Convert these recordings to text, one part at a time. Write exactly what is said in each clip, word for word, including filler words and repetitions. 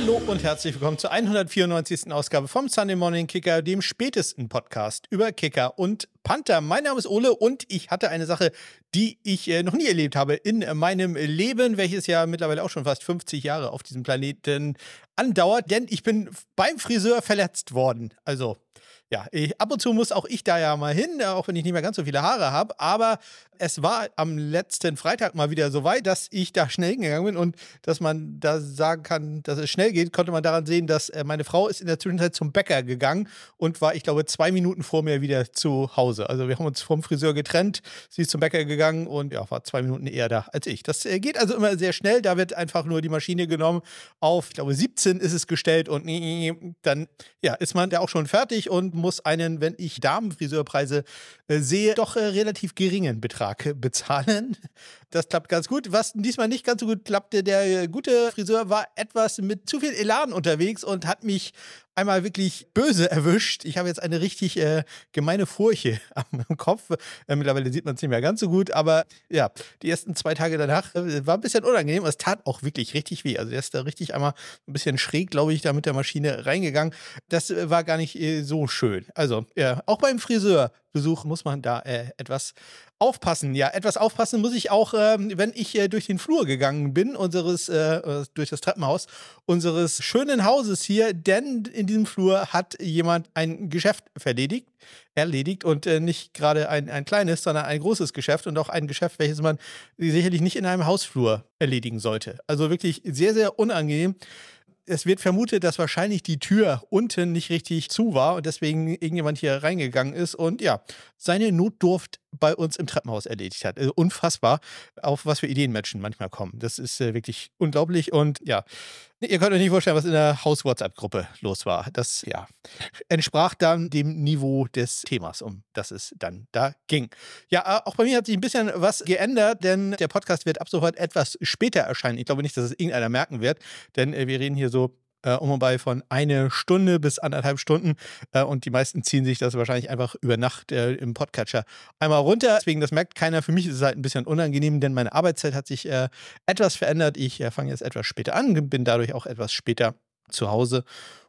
Hallo und herzlich willkommen zur hundertvierundneunzigsten Ausgabe vom Sunday Morning Kicker, dem spätesten Podcast über Kicker und Panther. Mein Name ist Ole und ich hatte eine Sache, die ich äh, noch nie erlebt habe in meinem Leben, welches ja mittlerweile auch schon fast fünfzig Jahre auf diesem Planeten andauert, denn ich bin beim Friseur verletzt worden. Also ja, ich, ab und zu muss auch ich da ja mal hin, auch wenn ich nicht mehr ganz so viele Haare habe. Aber es war am letzten Freitag mal wieder so weit, dass ich da schnell hingegangen bin. Und dass man da sagen kann, dass es schnell geht, konnte man daran sehen, dass meine Frau ist in der Zwischenzeit zum Bäcker gegangen und war, ich glaube, zwei Minuten vor mir wieder zu Hause. Also wir haben uns vom Friseur getrennt. Sie ist zum Bäcker gegangen und ja, war zwei Minuten eher da als ich. Das geht also immer sehr schnell. Da wird einfach nur die Maschine genommen. Auf, ich glaube, siebzehn ist es gestellt und dann ja, ist man da auch schon fertig und muss einen, wenn ich Damenfriseurpreise äh, sehe, doch äh, relativ geringen Betrag äh, bezahlen. Das klappt ganz gut. Was diesmal nicht ganz so gut klappte, der äh, gute Friseur war etwas mit zu viel Elan unterwegs und hat mich einmal wirklich böse erwischt. Ich habe jetzt eine richtig äh, gemeine Furche am Kopf. Äh, mittlerweile sieht man es nicht mehr ganz so gut, aber ja, die ersten zwei Tage danach äh, war ein bisschen unangenehm. Es tat auch wirklich richtig weh. Also der ist da richtig einmal ein bisschen schräg, glaube ich, da mit der Maschine reingegangen. Das äh, war gar nicht äh, so schön. Also ja, auch beim Friseurbesuch muss man da äh, etwas aufpassen. Ja, etwas aufpassen muss ich auch, ähm, wenn ich äh, durch den Flur gegangen bin, unseres, äh, durch das Treppenhaus unseres schönen Hauses hier, denn in diesem Flur hat jemand ein Geschäft verledigt, erledigt und äh, nicht gerade ein, ein kleines, sondern ein großes Geschäft und auch ein Geschäft, welches man sicherlich nicht in einem Hausflur erledigen sollte. Also wirklich sehr, sehr unangenehm. Es wird vermutet, dass wahrscheinlich die Tür unten nicht richtig zu war und deswegen irgendjemand hier reingegangen ist und ja, seine Notdurft bei uns im Treppenhaus erledigt hat. Also unfassbar, auf was für Ideen Menschen manchmal kommen. Das ist äh, wirklich unglaublich und ja, ihr könnt euch nicht vorstellen, was in der Haus-WhatsApp-Gruppe los war. Das, ja, entsprach dann dem Niveau des Themas, um das es dann da ging. Ja, auch bei mir hat sich ein bisschen was geändert, denn der Podcast wird ab sofort etwas später erscheinen. Ich glaube nicht, dass es irgendeiner merken wird, denn äh, wir reden hier so Äh, um und bei von eine Stunde bis anderthalb Stunden äh, und die meisten ziehen sich das wahrscheinlich einfach über Nacht äh, im Podcatcher einmal runter. Deswegen, das merkt keiner. Für mich ist es halt ein bisschen unangenehm, denn meine Arbeitszeit hat sich äh, etwas verändert. Ich äh, fange jetzt etwas später an, bin dadurch auch etwas später zu Hause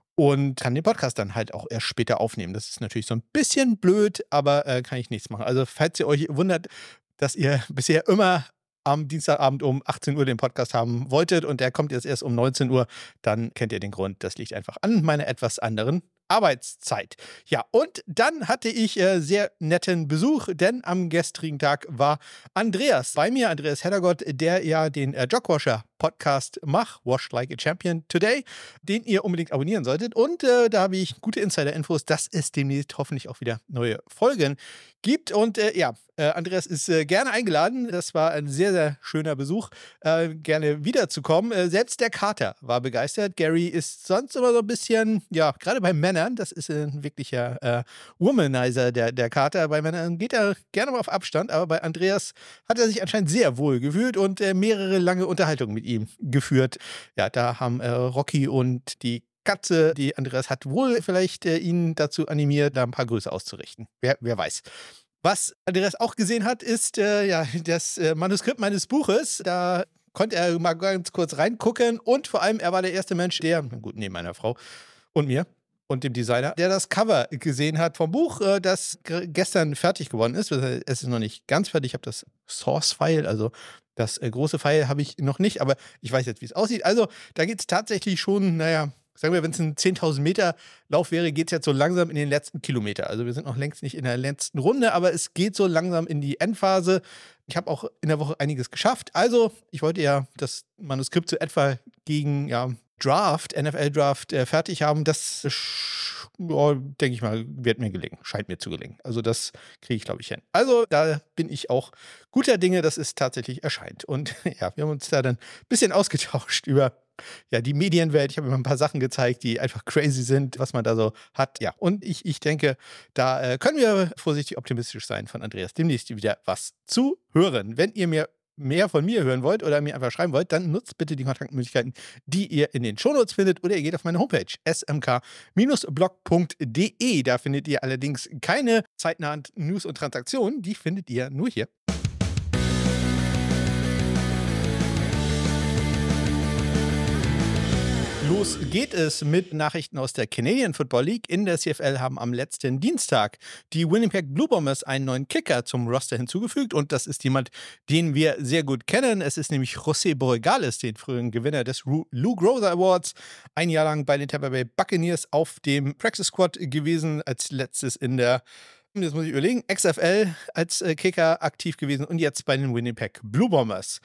und kann den Podcast dann halt auch erst später aufnehmen. Das ist natürlich so ein bisschen blöd, aber äh, kann ich nichts machen. Also, falls ihr euch wundert, dass ihr bisher immer am Dienstagabend um achtzehn Uhr den Podcast haben wolltet und der kommt jetzt erst um neunzehn Uhr, dann kennt ihr den Grund. Das liegt einfach an meiner etwas anderen Arbeitszeit. Ja, und dann hatte ich äh, sehr netten Besuch, denn am gestrigen Tag war Andreas bei mir, Andreas Heddergott, der ja den äh, Jogwasher Podcast macht, Wash Like a Champion Today, den ihr unbedingt abonnieren solltet. Und äh, da habe ich gute Insider-Infos, dass es demnächst hoffentlich auch wieder neue Folgen gibt. Und äh, ja, äh, Andreas ist äh, gerne eingeladen. Das war ein sehr, sehr schöner Besuch. Äh, gerne wiederzukommen. Äh, selbst der Kater war begeistert. Gary ist sonst immer so ein bisschen, ja, gerade bei Männern, das ist ein wirklicher äh, Womanizer, der, der Kater. Bei Männern geht er gerne mal auf Abstand, aber bei Andreas hat er sich anscheinend sehr wohl gefühlt und äh, mehrere lange Unterhaltungen mit ihm geführt. Ja, da haben äh, Rocky und die Katze, die Andreas hat, wohl vielleicht äh, ihn dazu animiert, da ein paar Grüße auszurichten. Wer, wer weiß. Was Andreas auch gesehen hat, ist äh, ja, das äh, Manuskript meines Buches. Da konnte er mal ganz kurz reingucken und vor allem, er war der erste Mensch, der, gut, neben meiner Frau und mir und dem Designer, der das Cover gesehen hat vom Buch, äh, das g- gestern fertig geworden ist. Es ist noch nicht ganz fertig. Ich habe das Source-File, also das äh, große File habe ich noch nicht, aber ich weiß jetzt, wie es aussieht. Also da geht es tatsächlich schon, naja, sagen wir, wenn es ein zehntausend Meter Lauf wäre, geht es jetzt so langsam in den letzten Kilometer. Also wir sind noch längst nicht in der letzten Runde, aber es geht so langsam in die Endphase. Ich habe auch in der Woche einiges geschafft. Also ich wollte ja das Manuskript so etwa gegen, ja, Draft, N F L-Draft äh, fertig haben. Das, oh, denke ich mal, wird mir gelingen. Scheint mir zu gelingen. Also das kriege ich, glaube ich, hin. Also da bin ich auch guter Dinge, dass es tatsächlich erscheint. Und ja, wir haben uns da dann ein bisschen ausgetauscht über ja, die Medienwelt. Ich habe ihm ein paar Sachen gezeigt, die einfach crazy sind, was man da so hat. Ja, und ich, ich denke, da äh, können wir vorsichtig optimistisch sein von Andreas. Demnächst wieder was zu hören. Wenn ihr mir mehr von mir hören wollt oder mir einfach schreiben wollt, dann nutzt bitte die Kontaktmöglichkeiten, die ihr in den Shownotes findet, oder ihr geht auf meine Homepage s m k blog punkt d e. Da findet ihr allerdings keine zeitnahen News und Transaktionen, die findet ihr nur hier. Los geht es mit Nachrichten aus der Canadian Football League. In der C F L haben am letzten Dienstag die Winnipeg Blue Bombers einen neuen Kicker zum Roster hinzugefügt. Und das ist jemand, den wir sehr gut kennen. Es ist nämlich José Borregales, den früheren Gewinner des Lou Groza Awards. Ein Jahr lang bei den Tampa Bay Buccaneers auf dem Practice Squad gewesen. Als letztes in der, jetzt muss ich überlegen, X F L als äh, Kicker aktiv gewesen und jetzt bei den Winnipeg Blue Bombers.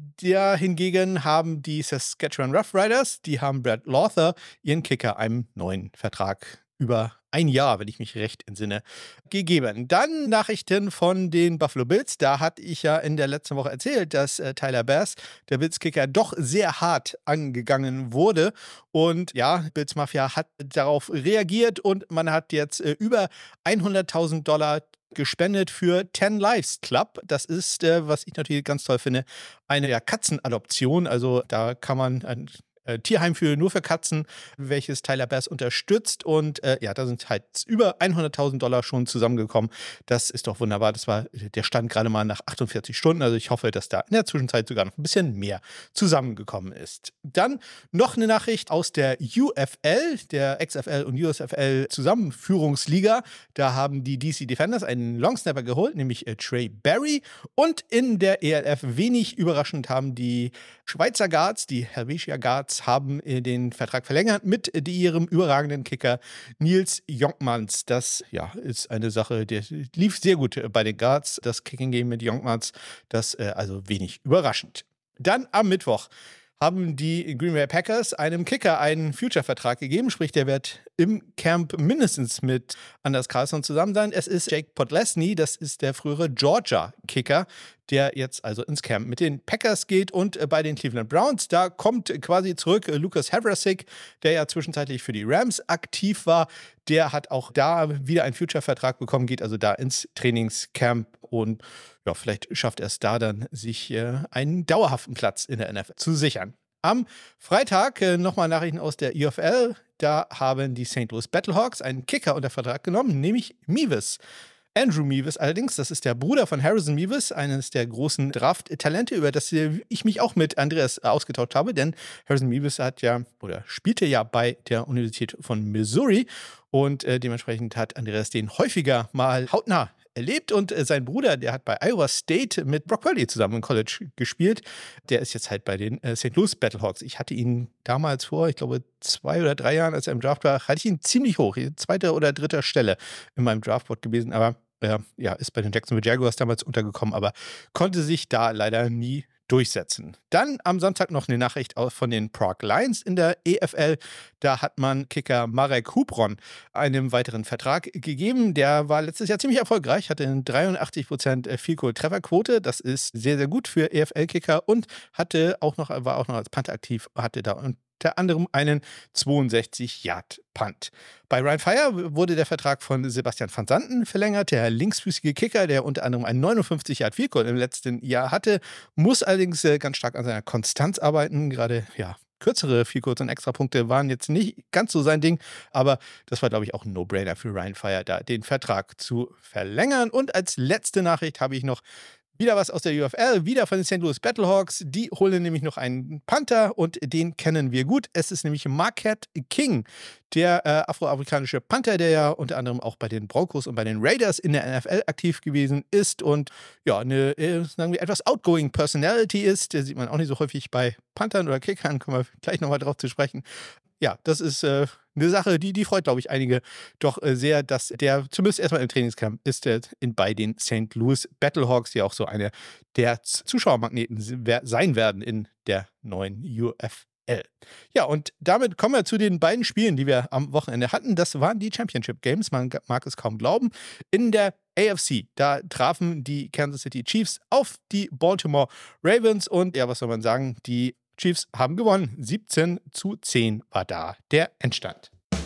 Da hingegen haben die Saskatchewan Roughriders, die haben Brad Lawther, ihren Kicker, einem neuen Vertrag über ein Jahr, wenn ich mich recht entsinne, gegeben. Dann Nachrichten von den Buffalo Bills. Da hatte ich ja in der letzten Woche erzählt, dass äh, Tyler Bass, der Bills-Kicker, doch sehr hart angegangen wurde. Und ja, Bills Mafia hat darauf reagiert und man hat jetzt äh, über hunderttausend Dollar gespendet für Ten Lives Club. Das ist, äh, was ich natürlich ganz toll finde, eine ja, Katzenadoption. Also da kann man ein Äh, Tierheim für nur für Katzen, welches Tyler Bass unterstützt. Und äh, ja, da sind halt über hunderttausend Dollar schon zusammengekommen. Das ist doch wunderbar. Das war der Stand gerade mal nach achtundvierzig Stunden. Also ich hoffe, dass da in der Zwischenzeit sogar noch ein bisschen mehr zusammengekommen ist. Dann noch eine Nachricht aus der U F L, der X F L und U S F L Zusammenführungsliga. Da haben die D C Defenders einen Longsnapper geholt, nämlich äh, Trey Barry. Und in der E L F, wenig überraschend, haben die Schweizer Guards, die Helvetia Guards, haben den Vertrag verlängert mit ihrem überragenden Kicker Nils Jonkmans. Das ja, ist eine Sache, die lief sehr gut bei den Guards, das Kicking-Game mit Jonkmans. Das äh, also wenig überraschend. Dann am Mittwoch haben die Green Bay Packers einem Kicker einen Future-Vertrag gegeben, sprich, der wird im Camp mindestens mit Anders Carlson zusammen sein. Es ist Jake Podlesny, das ist der frühere Georgia-Kicker, der jetzt also ins Camp mit den Packers geht. Und äh, bei den Cleveland Browns, da kommt quasi zurück äh, Lucas Havrasik, der ja zwischenzeitlich für die Rams aktiv war. Der hat auch da wieder einen Future-Vertrag bekommen, geht also da ins Trainingscamp und ja, vielleicht schafft er es da dann, sich äh, einen dauerhaften Platz in der N F L zu sichern. Am Freitag äh, nochmal Nachrichten aus der U F L. Da haben die Saint Louis Battlehawks einen Kicker unter Vertrag genommen, nämlich Mevis. Andrew Mevis allerdings, das ist der Bruder von Harrison Mevis, eines der großen Draft-Talente, über das ich mich auch mit Andreas ausgetauscht habe, denn Harrison Mevis hat ja oder spielte ja bei der Universität von Missouri und äh, dementsprechend hat Andreas den häufiger mal hautnah erlebt und äh, sein Bruder, der hat bei Iowa State mit Brock Purdy zusammen im College gespielt. Der ist jetzt halt bei den äh, Saint Louis Battlehawks. Ich hatte ihn damals vor, ich glaube, zwei oder drei Jahren, als er im Draft war, hatte ich ihn ziemlich hoch, zweiter oder dritter Stelle in meinem Draftboard gewesen, aber äh, ja, ist bei den Jacksonville Jaguars damals untergekommen, aber konnte sich da leider nie durchsetzen. Dann am Sonntag noch eine Nachricht von den Prague Lions in der E F L. Da hat man Kicker Marek Hubron einen weiteren Vertrag gegeben. Der war letztes Jahr ziemlich erfolgreich, hatte eine dreiundachtzig Prozent Field-Goal-Trefferquote. Das ist sehr, sehr gut für E F L-Kicker und hatte auch noch, war auch noch als Panther aktiv, hatte da unter anderem einen zweiundsechzig Yard Punt. Bei Ryan Fire wurde der Vertrag von Sebastian van Santen verlängert. Der linksfüßige Kicker, der unter anderem einen neunundfünfzig Yard Field Goal im letzten Jahr hatte, muss allerdings äh, ganz stark an seiner Konstanz arbeiten. Gerade, ja, kürzere Field Goals und Extrapunkte waren jetzt nicht ganz so sein Ding, aber das war, glaube ich, auch ein No-Brainer für Ryan Fire, da den Vertrag zu verlängern. Und als letzte Nachricht habe ich noch wieder was aus der U F L, wieder von den Saint Louis Battlehawks. Die holen nämlich noch einen Panther und den kennen wir gut. Es ist nämlich Marquette King, der äh, afroamerikanische Panther, der ja unter anderem auch bei den Broncos und bei den Raiders in der N F L aktiv gewesen ist und ja, eine, äh, sagen wir, etwas outgoing Personality ist. Der sieht man auch nicht so häufig bei Panthern oder Kickern, kommen wir gleich nochmal drauf zu sprechen. Ja, das ist äh, eine Sache, die, die freut, glaube ich, einige doch äh, sehr, dass der zumindest erstmal im Trainingscamp ist, der in, bei den Saint Louis Battlehawks, die auch so eine der Zuschauermagneten sein werden in der neuen U F L. Ja, und damit kommen wir zu den beiden Spielen, die wir am Wochenende hatten. Das waren die Championship Games, man mag es kaum glauben. In der A F C, da trafen die Kansas City Chiefs auf die Baltimore Ravens und ja, was soll man sagen, die Chiefs haben gewonnen. siebzehn zu zehn war da der Endstand.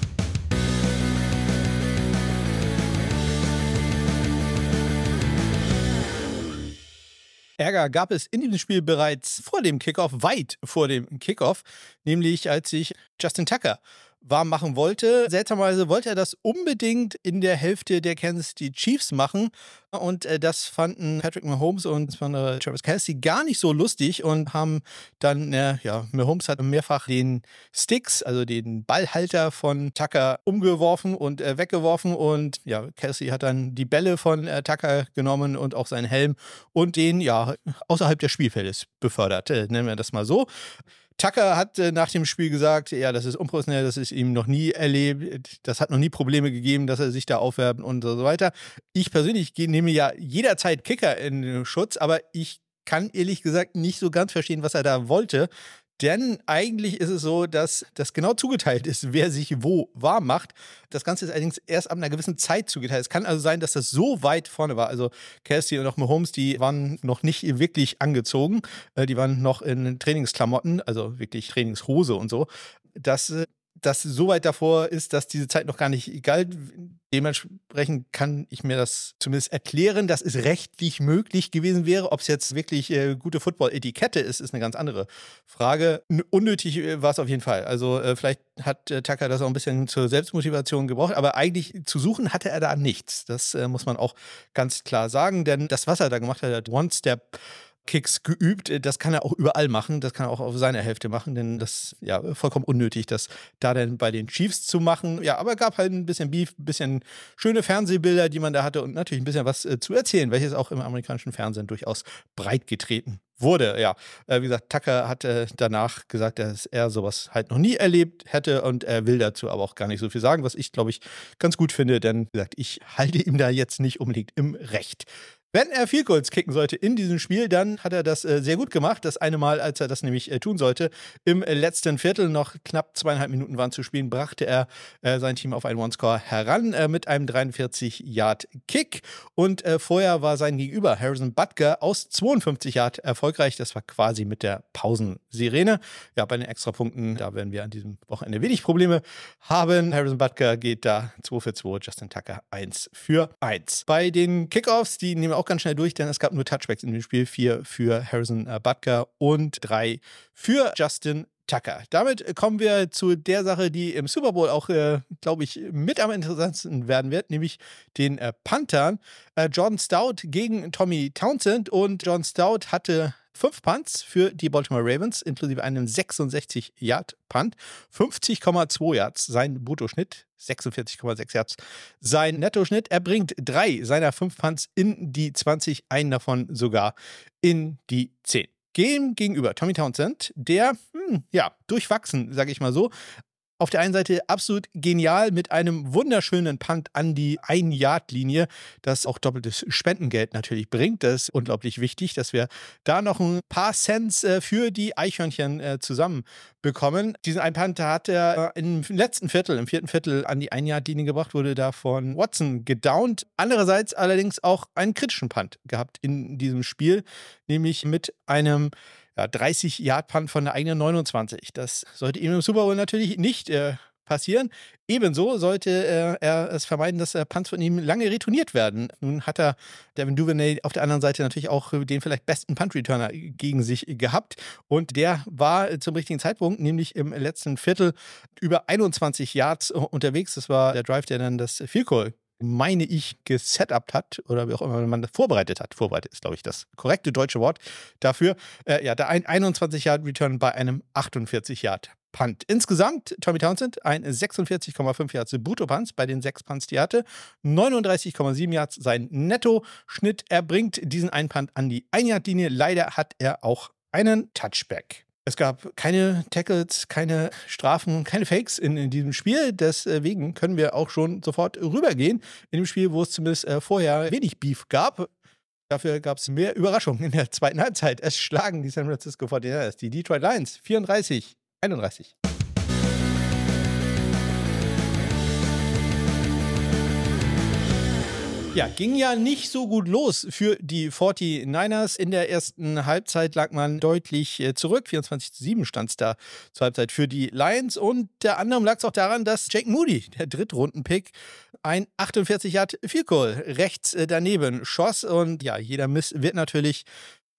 Ärger gab es in diesem Spiel bereits vor dem Kickoff, weit vor dem Kickoff, nämlich als sich Justin Tucker warm machen wollte. Seltsamerweise wollte er das unbedingt in der Hälfte der Kansas City Chiefs machen. Und äh, das fanden Patrick Mahomes und insbesondere Travis Kelce gar nicht so lustig und haben dann, äh, ja, Mahomes hat mehrfach den Sticks, also den Ballhalter von Tucker, umgeworfen und äh, weggeworfen. Und ja, Kelce hat dann die Bälle von äh, Tucker genommen und auch seinen Helm und den, ja, außerhalb des Spielfeldes befördert. Äh, nennen wir das mal so. Tucker hat äh, nach dem Spiel gesagt, ja, das ist unprofessionell, das ist ihm noch nie erlebt, das hat noch nie Probleme gegeben, dass er sich da aufwärmt und so weiter. Ich persönlich nehme ja jederzeit Kicker in Schutz, aber ich kann ehrlich gesagt nicht so ganz verstehen, was er da wollte. Denn eigentlich ist es so, dass das genau zugeteilt ist, wer sich wo warm macht. Das Ganze ist allerdings erst ab einer gewissen Zeit zugeteilt. Es kann also sein, dass das so weit vorne war. Also Kelce und auch Mahomes, die waren noch nicht wirklich angezogen. Die waren noch in Trainingsklamotten, also wirklich Trainingshose und so. Dass das so weit davor ist, dass diese Zeit noch gar nicht galt. Dementsprechend kann ich mir das zumindest erklären, dass es rechtlich möglich gewesen wäre. Ob es jetzt wirklich äh, gute Football-Etikette ist, ist eine ganz andere Frage. N- unnötig äh, war es auf jeden Fall. Also äh, vielleicht hat äh, Tucker das auch ein bisschen zur Selbstmotivation gebraucht, aber eigentlich zu suchen hatte er da nichts. Das äh, muss man auch ganz klar sagen, denn das, was er da gemacht hat, hat One-Step Kicks geübt. Das kann er auch überall machen. Das kann er auch auf seiner Hälfte machen, denn das ist ja vollkommen unnötig, das da dann bei den Chiefs zu machen. Ja, aber gab halt ein bisschen Beef, ein bisschen schöne Fernsehbilder, die man da hatte und natürlich ein bisschen was äh, zu erzählen, welches auch im amerikanischen Fernsehen durchaus breit getreten wurde. Ja, äh, wie gesagt, Tucker hat äh, danach gesagt, dass er sowas halt noch nie erlebt hätte und er will dazu aber auch gar nicht so viel sagen, was ich, glaube ich, ganz gut finde, denn wie gesagt, ich halte ihm da jetzt nicht unbedingt im Recht. Wenn er Field Goals kicken sollte in diesem Spiel, dann hat er das äh, sehr gut gemacht. Das eine Mal, als er das nämlich äh, tun sollte, im äh, letzten Viertel, noch knapp zweieinhalb Minuten waren zu spielen, brachte er äh, sein Team auf einen One-Score heran äh, mit einem dreiundvierzig Yard Kick. Und äh, vorher war sein Gegenüber, Harrison Butker, aus zweiundfünfzig Yard erfolgreich. Das war quasi mit der Pausensirene. Ja, bei den Extrapunkten, da werden wir an diesem Wochenende wenig Probleme haben. Harrison Butker geht da zwei für zwei, Justin Tucker eins für eins. Bei den Kickoffs, die nehmen wir auch ganz schnell durch, denn es gab nur Touchbacks in dem Spiel. Vier für Harrison äh, Butker und drei für Justin Tucker. Damit kommen wir zu der Sache, die im Super Bowl auch, äh, glaube ich, mit am interessantesten werden wird, nämlich den äh, Panthern. Äh, Jordan Stout gegen Tommy Townsend und Jordan Stout hatte fünf Punts für die Baltimore Ravens, inklusive einem sechsundsechzig Yard Punt, fünfzig Komma zwei Yards sein Bruttoschnitt, sechsundvierzig Komma sechs Yards sein Nettoschnitt. Er bringt drei seiner fünf Punts in die zwanzig, einen davon sogar in die zehn. Dem gegenüber Tommy Townsend, der, hm, ja, durchwachsen, sage ich mal so. Auf der einen Seite absolut genial mit einem wunderschönen Punt an die ein-Yard-Linie, das auch doppeltes Spendengeld natürlich bringt. Das ist unglaublich wichtig, dass wir da noch ein paar Cents äh, für die Eichhörnchen äh, zusammenbekommen. Diesen einen Punt hat er äh, im letzten Viertel, im vierten Viertel an die ein-Yard-Linie gebracht, wurde da von Watson gedownt. Andererseits allerdings auch einen kritischen Punt gehabt in diesem Spiel, nämlich mit einem Ja, dreißig Yard Punt von der eigenen neunundzwanzig. Das sollte ihm im Super Bowl natürlich nicht äh, passieren. Ebenso sollte äh, er es vermeiden, dass äh, Punts von ihm lange retourniert werden. Nun hat er Devin Duvernay auf der anderen Seite natürlich auch den vielleicht besten Punt-Returner gegen sich gehabt. Und der war äh, zum richtigen Zeitpunkt, nämlich im letzten Viertel, über einundzwanzig Yards unterwegs. Das war der Drive, der dann das Field Goal, meine ich, gesetupt hat oder wie auch immer man das vorbereitet hat. Vorbereitet ist, glaube ich, das korrekte deutsche Wort dafür. Äh, ja, da ein einundzwanzig Yard Return bei einem achtundvierzig Yard Punt. Insgesamt, Tommy Townsend, ein sechsundvierzig Komma fünf Yards Brutto-Punts bei den sechs Punts, die er hatte. neununddreißig Komma sieben Yards sein Netto-Schnitt. Er bringt diesen einen Punt an die ein-Yard-Linie. Leider hat er auch einen Touchback. Es gab keine Tackles, keine Strafen, keine Fakes in, in diesem Spiel. Deswegen können wir auch schon sofort rübergehen in dem Spiel, wo es zumindest äh, vorher wenig Beef gab. Dafür gab es mehr Überraschungen in der zweiten Halbzeit. Es schlagen die San Francisco forty-niners, die Detroit Lions, vierunddreißig einunddreißig. Ja, ging ja nicht so gut los für die forty-niners. In der ersten Halbzeit lag man deutlich äh, zurück. vierundzwanzig zu sieben stand es da zur Halbzeit für die Lions. Und der anderem lag es auch daran, dass Jake Moody, der Drittrunden-Pick, ein achtundvierzig Yard Field Goal rechts äh, daneben schoss. Und ja, jeder Miss wird natürlich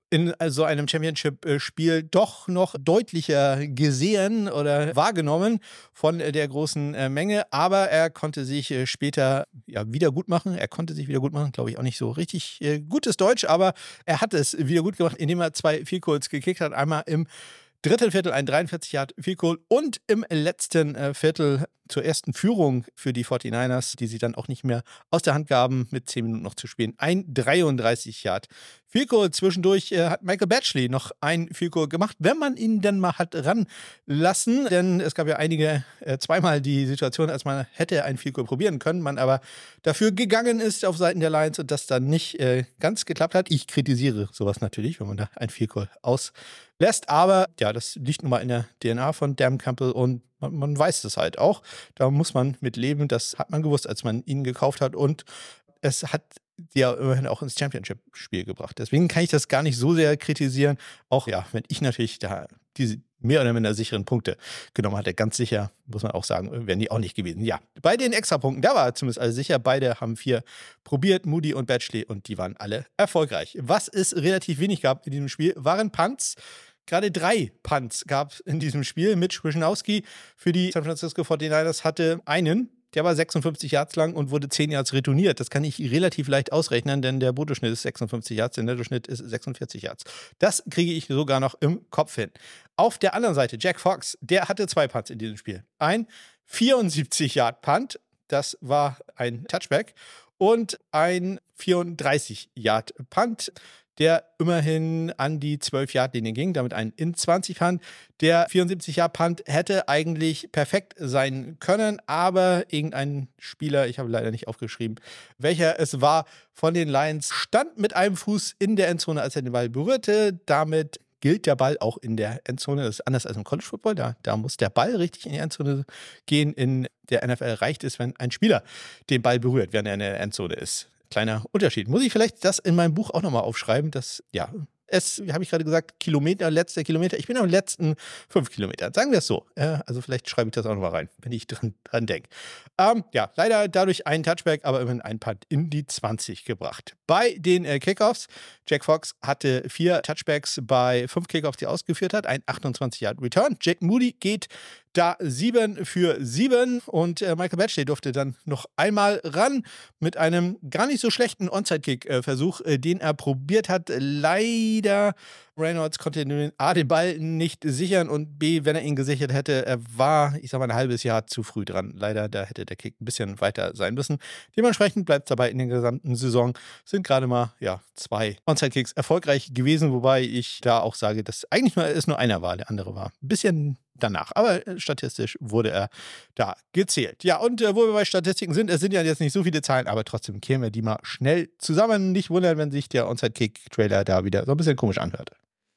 in so einem Championship-Spiel doch noch deutlicher gesehen oder wahrgenommen von der großen Menge. Aber er konnte sich später ja, wieder gut machen. Er konnte sich wieder gut machen, glaube ich auch nicht so richtig äh, gutes Deutsch, aber er hat es wieder gut gemacht, indem er zwei Field Goals gekickt hat. Einmal im dritten Viertel ein dreiundvierzig Yard Field Goal und im letzten äh, Viertel zur ersten Führung für die forty-niners, die sie dann auch nicht mehr aus der Hand gaben, mit zehn Minuten noch zu spielen. Ein dreiunddreißig Yard Field Goal. Zwischendurch äh, hat Michael Batchley noch ein Field Goal gemacht, wenn man ihn dann mal hat ranlassen. Denn es gab ja einige, äh, zweimal die Situation, als man hätte ein Field Goal probieren können, man aber dafür gegangen ist auf Seiten der Lions und das dann nicht äh, ganz geklappt hat. Ich kritisiere sowas natürlich, wenn man da ein Field Goal auslässt. Aber ja, das liegt nun mal in der D N A von Dan Campbell und man, man weiß es halt auch. Da muss man mit leben. Das hat man gewusst, als man ihn gekauft hat. Und es hat die ja immerhin auch ins Championship-Spiel gebracht. Deswegen kann ich das gar nicht so sehr kritisieren. Auch ja, wenn ich natürlich da diese mehr oder minder sicheren Punkte genommen hatte, ganz sicher, muss man auch sagen, wären die auch nicht gewesen. Ja, bei den Extrapunkten, da war zumindest alles sicher. Beide haben vier probiert, Moody und Batchley, und die waren alle erfolgreich. Was es relativ wenig gab in diesem Spiel, waren Punts. Gerade drei Punts gab es in diesem Spiel. Mitch Wishnowsky für die San Francisco forty-niners hatte einen. Der war sechsundfünfzig Yards lang und wurde zehn Yards retourniert. Das kann ich relativ leicht ausrechnen, denn der Bruttoschnitt ist sechsundfünfzig Yards, der Nettoschnitt ist sechsundvierzig Yards. Das kriege ich sogar noch im Kopf hin. Auf der anderen Seite, Jack Fox, der hatte zwei Punts in diesem Spiel. Ein vierundsiebzig Yard Punt, das war ein Touchback, und ein vierunddreißig Yard Punt, der immerhin an die zwölf Yard Linie ging, damit ein in zwanzig Punt. Der vierundsiebzig Yard Punt hätte eigentlich perfekt sein können, aber irgendein Spieler, ich habe leider nicht aufgeschrieben, welcher es war, von den Lions, stand mit einem Fuß in der Endzone, als er den Ball berührte. Damit gilt der Ball auch in der Endzone. Das ist anders als im College Football. Da, da muss der Ball richtig in die Endzone gehen. In der N F L reicht es, wenn ein Spieler den Ball berührt, während er in der Endzone ist. Kleiner Unterschied. Muss ich vielleicht das in meinem Buch auch nochmal aufschreiben? Das, ja, es, habe ich gerade gesagt, Kilometer, letzter Kilometer. Ich bin am letzten fünf Kilometer. Sagen wir es so. Äh, also vielleicht schreibe ich das auch nochmal rein, wenn ich dran, dran denke. Ähm, ja, leider dadurch ein Touchback, aber immerhin ein Punt in die zwanzig gebracht. Bei den äh, Kickoffs, Jack Fox hatte vier Touchbacks bei fünf Kickoffs, die er ausgeführt hat. Ein achtundzwanzig Yard Return. Jake Moody geht da sieben für sieben und äh, Michael Batchley durfte dann noch einmal ran mit einem gar nicht so schlechten Onside-Kick-Versuch, äh, den er probiert hat. Leider Reynolds konnte den, A, den Ball nicht sichern und B, wenn er ihn gesichert hätte, er war, ich sag mal, ein halbes Jahr zu früh dran. Leider, da hätte der Kick ein bisschen weiter sein müssen. Dementsprechend bleibt es dabei, in der gesamten Saison sind gerade mal ja, zwei Onside-Kicks erfolgreich gewesen, wobei ich da auch sage, dass eigentlich nur, es nur einer war, der andere war ein bisschen danach. Aber statistisch wurde er da gezählt. Ja, und äh, wo wir bei Statistiken sind, es sind ja jetzt nicht so viele Zahlen, aber trotzdem kehren wir die mal schnell zusammen. Nicht wundern, wenn sich der Onside-Kick-Trailer da wieder so ein bisschen komisch anhört.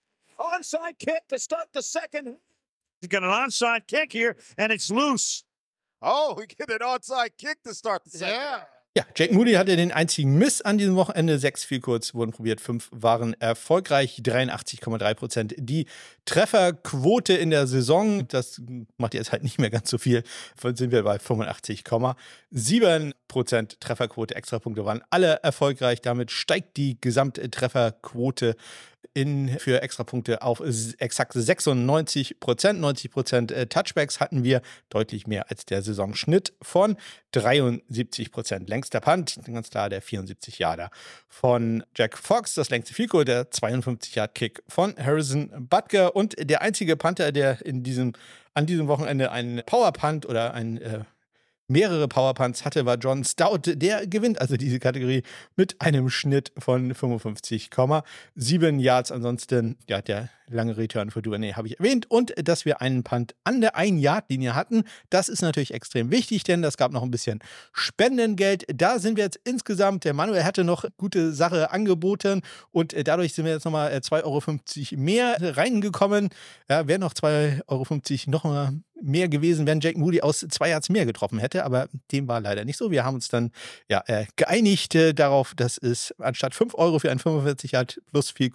Onside kick to start the second. He's got an onside kick here, and it's loose. Oh, we get an onside kick to start the second. Yeah. Ja, Jake Moody hatte den einzigen Miss an diesem Wochenende. Sechs Field Goals wurden probiert, fünf waren erfolgreich. dreiundachtzig Komma drei Prozent die Trefferquote in der Saison. Das macht jetzt halt nicht mehr ganz so viel. Von sind wir bei fünfundachtzig Komma sieben Prozent Trefferquote. Extrapunkte waren alle erfolgreich. Damit steigt die Gesamttrefferquote in, für Extrapunkte auf exakt sechsundneunzig Prozent. neunzig Prozent Touchbacks hatten wir, deutlich mehr als der Saisonschnitt von dreiundsiebzig Prozent. Längster Punt, ganz klar der vierundsiebzig Yarder von Jack Fox. Das längste Field Goal, der zweiundfünfzig Yard Kick von Harrison Butker. Und der einzige Panther, der in diesem, an diesem Wochenende einen Power Punt oder ein äh, mehrere Powerpunts hatte, war John Stout. Der gewinnt also diese Kategorie mit einem Schnitt von fünfundfünfzig Komma sieben Yards. Ansonsten, ja, der lange Return für Duvernay habe ich erwähnt. Und dass wir einen Punt an der ein-Yard-Linie hatten, das ist natürlich extrem wichtig, denn das gab noch ein bisschen Spendengeld. Da sind wir jetzt insgesamt, der Manuel hatte noch gute Sache angeboten und dadurch sind wir jetzt nochmal zwei Euro fünfzig mehr reingekommen. Ja, wären noch zwei Euro fünfzig noch mal mehr gewesen, wenn Jake Moody aus zwei Yards mehr getroffen hätte, aber dem war leider nicht so. Wir haben uns dann ja, äh, geeinigt äh, darauf, dass es anstatt fünf Euro für ein fünfundvierzig Yard plus Field Goal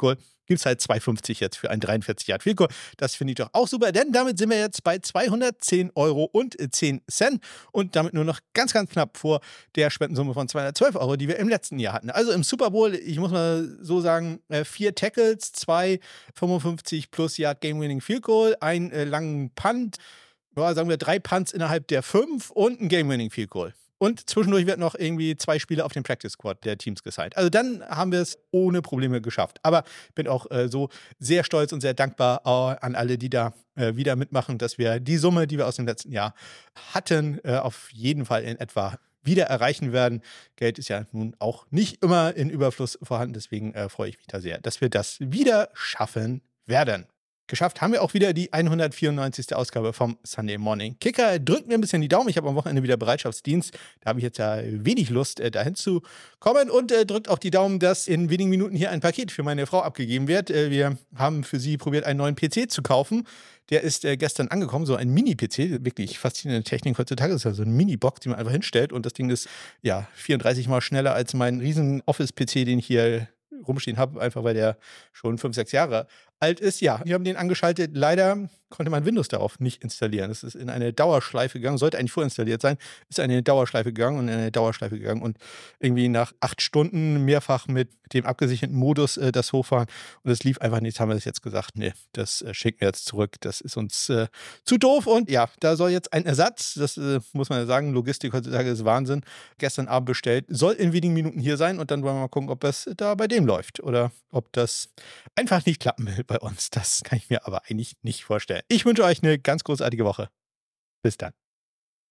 gibt es halt zwei fünfzig jetzt für ein dreiundvierzig Yard Field Goal. Das finde ich doch auch super, denn damit sind wir jetzt bei zweihundertzehn Euro und zehn Cent und damit nur noch ganz, ganz knapp vor der Spendensumme von zweihundertzwölf Euro, die wir im letzten Jahr hatten. Also im Super Bowl, ich muss mal so sagen, vier Tackles, zwei fünfundfünfzig plus Yard Game-Winning Field Goal, einen äh, langen Punt, ja, sagen wir drei Punts innerhalb der fünf und ein Game-Winning Field Goal. Und zwischendurch wird noch irgendwie zwei Spieler auf den Practice Squad der Teams gesigned. Also dann haben wir es ohne Probleme geschafft. Aber ich bin auch äh, so sehr stolz und sehr dankbar äh, an alle, die da äh, wieder mitmachen, dass wir die Summe, die wir aus dem letzten Jahr hatten, äh, auf jeden Fall in etwa wieder erreichen werden. Geld ist ja nun auch nicht immer in Überfluss vorhanden. Deswegen äh, freue ich mich da sehr, dass wir das wieder schaffen werden. Geschafft haben wir auch wieder die hundertvierundneunzigste Ausgabe vom Sunday Morning Kicker. Drückt mir ein bisschen die Daumen. Ich habe am Wochenende wieder Bereitschaftsdienst. Da habe ich jetzt ja wenig Lust, äh, dahin zu kommen. Und äh, drückt auch die Daumen, dass in wenigen Minuten hier ein Paket für meine Frau abgegeben wird. Äh, wir haben für sie probiert, einen neuen P C zu kaufen. Der ist äh, gestern angekommen, so ein Mini-P C. Wirklich faszinierende Technik heutzutage. Das ist ja so eine Mini-Box, die man einfach hinstellt. Und das Ding ist ja vierunddreißig Mal schneller als mein riesen Office-P C, den ich hier rumstehen habe, einfach weil der schon fünf, sechs Jahre alt ist. Ja, wir haben den angeschaltet. Leider konnte man Windows darauf nicht installieren. Es ist in eine Dauerschleife gegangen, sollte eigentlich vorinstalliert sein, ist in eine Dauerschleife gegangen und in eine Dauerschleife gegangen und irgendwie nach acht Stunden mehrfach mit dem abgesicherten Modus äh, das hochfahren und es lief einfach nicht. Haben wir das jetzt gesagt, nee, das äh, schicken wir jetzt zurück. Das ist uns äh, zu doof und ja, da soll jetzt ein Ersatz, das äh, muss man ja sagen, Logistik heutzutage ist Wahnsinn, gestern Abend bestellt, soll in wenigen Minuten hier sein und dann wollen wir mal gucken, ob das da bei dem läuft oder ob das einfach nicht klappen will bei uns. Das kann ich mir aber eigentlich nicht vorstellen. Ich wünsche euch eine ganz großartige Woche. Bis dann.